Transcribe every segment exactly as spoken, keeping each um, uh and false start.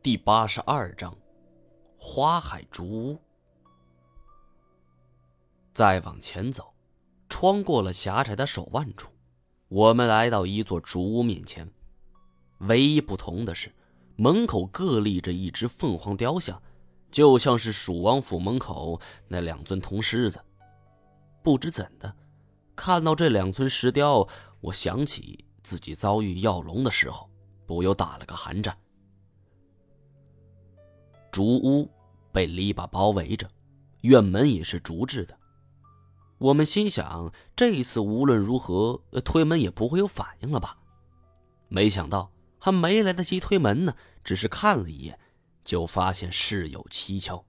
第八十二章花海竹屋。再往前走，穿过了狭窄的手腕处，我们来到一座竹屋面前。唯一不同的是，门口各立着一只凤凰雕像，就像是蜀王府门口那两尊铜狮子。不知怎的，看到这两尊石雕，我想起自己遭遇药龙的时候，不由打了个寒战。竹屋被篱笆包围着，院门也是竹制的。我们心想，这一次无论如何推门也不会有反应了吧。没想到还没来得及推门呢，只是看了一眼，就发现事有蹊跷。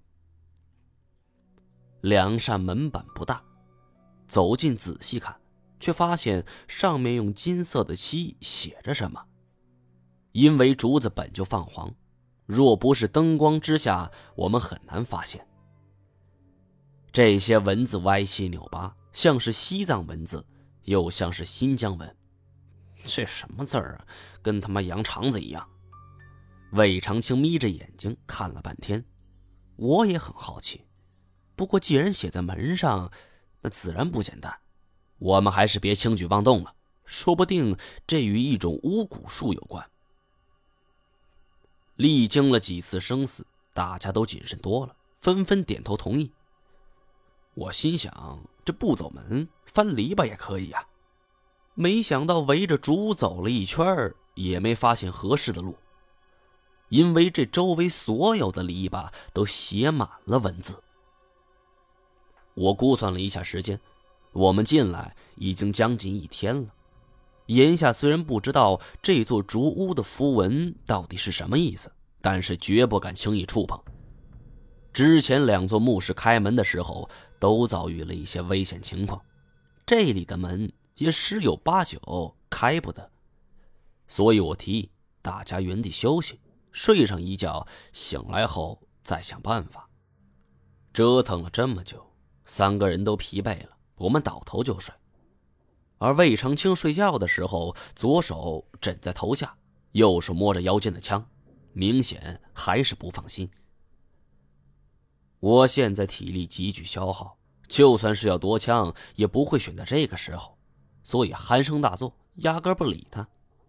两扇门板不大，走近仔细看，却发现上面用金色的漆写着什么。因为竹子本就泛黄，若不是灯光之下，我们很难发现。这些文字歪七扭八，像是西藏文字，又像是新疆文。这什么字儿啊，跟他妈羊肠子一样。魏长青眯着眼睛看了半天，我也很好奇。不过既然写在门上，那自然不简单。我们还是别轻举妄动了，说不定这与一种巫蛊术有关。历经了几次生死，大家都谨慎多了，纷纷点头同意。我心想，这不走门，翻篱笆也可以呀、啊。没想到围着竹屋走了一圈，也没发现合适的路，因为这周围所有的篱笆都写满了文字。我估算了一下时间，我们进来已经将近一天了。眼下虽然不知道这座竹屋的符文到底是什么意思，但是绝不敢轻易触碰。之前两座墓室开门的时候都遭遇了一些危险情况，这里的门也十有八九开不得，所以我提议大家原地休息，睡上一觉，醒来后再想办法。折腾了这么久，三个人都疲惫了，我们倒头就睡。而魏长青睡觉的时候，左手枕在头下，右手摸着腰间的枪，明显还是不放心。我现在体力急剧消耗，就算是要夺枪也不会选在这个时候，所以鼾声大作，压根不理他。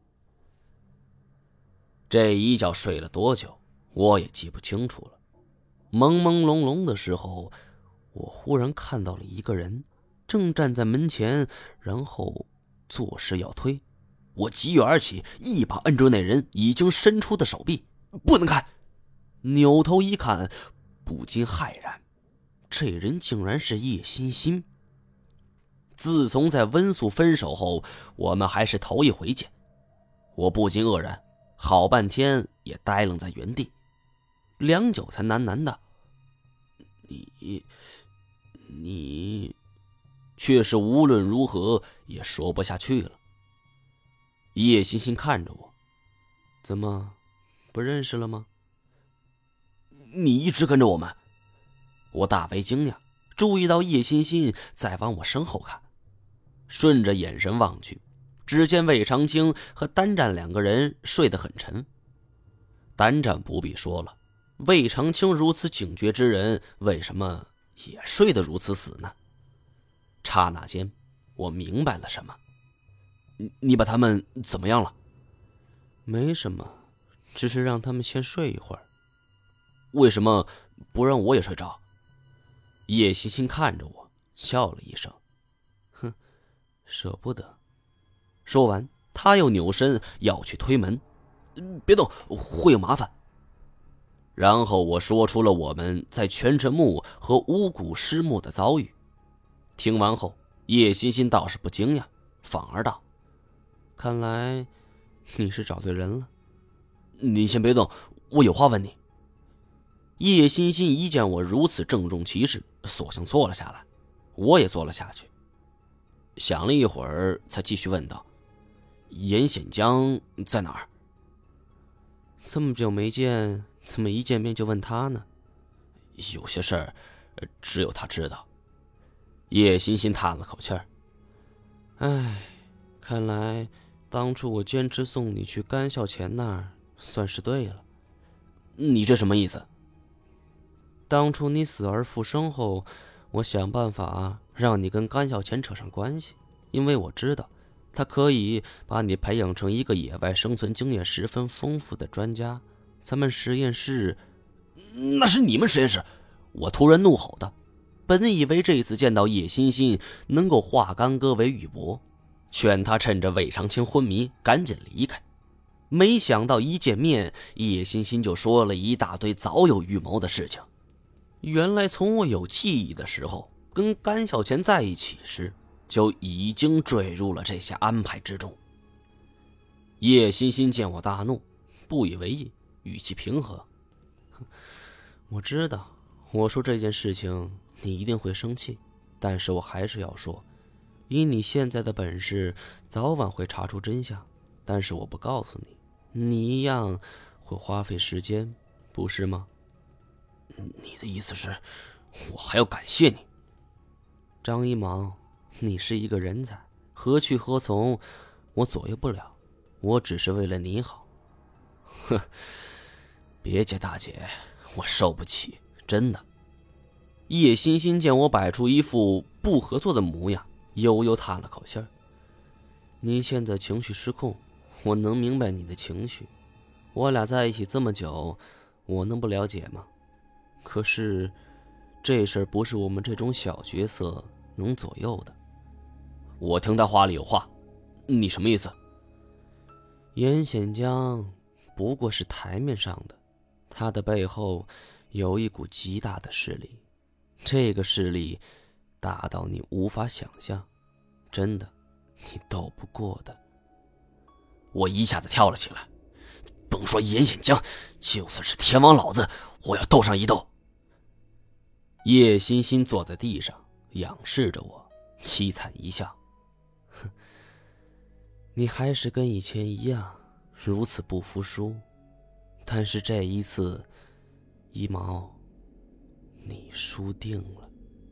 这一觉睡了多久我也记不清楚了。朦朦胧胧的时候，我忽然看到了一个人正站在门前，然后作势要推。我急跃而起，一把摁住那人已经伸出的手臂，不能开。扭头一看，不禁骇然，这人竟然是叶欣欣。自从在温宿分手后，我们还是头一回见，我不禁愕然，好半天也呆愣在原地，良久才喃喃的：“你，你……”却是无论如何也说不下去了。叶欣欣看着我：“怎么，不认识了吗？”“你一直跟着我们？”我大为惊讶，注意到叶欣欣在往我身后看，顺着眼神望去，只见魏长青和单战两个人睡得很沉。单战不必说了，魏长青如此警觉之人，为什么也睡得如此死呢？刹那间，我明白了什么。你你把他们怎么样了？没什么，只是让他们先睡一会儿。为什么不让我也睡着？叶欣欣看着我，笑了一声，哼，舍不得。说完，他又扭身要去推门。别动，会有麻烦。然后我说出了我们在泉神墓和巫蛊尸墓的遭遇。听完后，叶欣欣倒是不惊讶，反而道：“看来你是找对人了。你先别动，我有话问你。”叶欣欣一见我如此郑重其事，索性坐了下来，我也坐了下去，想了一会儿才继续问道：“严显江在哪儿？”这么久没见，怎么一见面就问他呢？有些事儿只有他知道。叶欣欣叹了口气儿：“唉，看来当初我坚持送你去甘孝乾那儿，算是对了。 你这什么意思？当初你死而复生后，我想办法让你跟甘小钱扯上关系，因为我知道他可以把你培养成一个野外生存经验十分丰富的专家。咱们实验室……那是你们实验室！我突然怒吼道。本以为这次见到叶欣欣能够化干戈为玉帛，劝他趁着魏长青昏迷赶紧离开。没想到一见面，叶欣欣就说了一大堆早有预谋的事情。原来从我有记忆的时候，跟甘小钱在一起时，就已经坠入了这些安排之中。叶欣欣见我大怒，不以为意，语气平和：我知道我说这件事情你一定会生气，但是我还是要说，以你现在的本事，早晚会查出真相。但是我不告诉你，你一样会花费时间，不是吗？你的意思是，我还要感谢你？张一毛，你是一个人才，何去何从，我左右不了，我只是为了你好。哼，别介大姐，我受不起，真的。叶欣欣见我摆出一副不合作的模样，悠悠叹了口气儿。你现在情绪失控，我能明白你的情绪。我俩在一起这么久，我能不了解吗？可是这事儿不是我们这种小角色能左右的。我听他话里有话，你什么意思？严显江不过是台面上的，他的背后有一股极大的势力，这个势力大到你无法想象，真的，你斗不过的。我一下子跳了起来，甭说严显江，就算是天王老子，我要斗上一斗。叶欣欣坐在地上，仰视着我，凄惨一笑：哼，你还是跟以前一样，如此不服输。但是这一次，一毛，你输定了。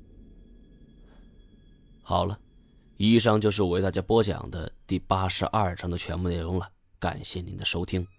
好了，以上就是我为大家播讲的第八十二章的全部内容了，感谢您的收听。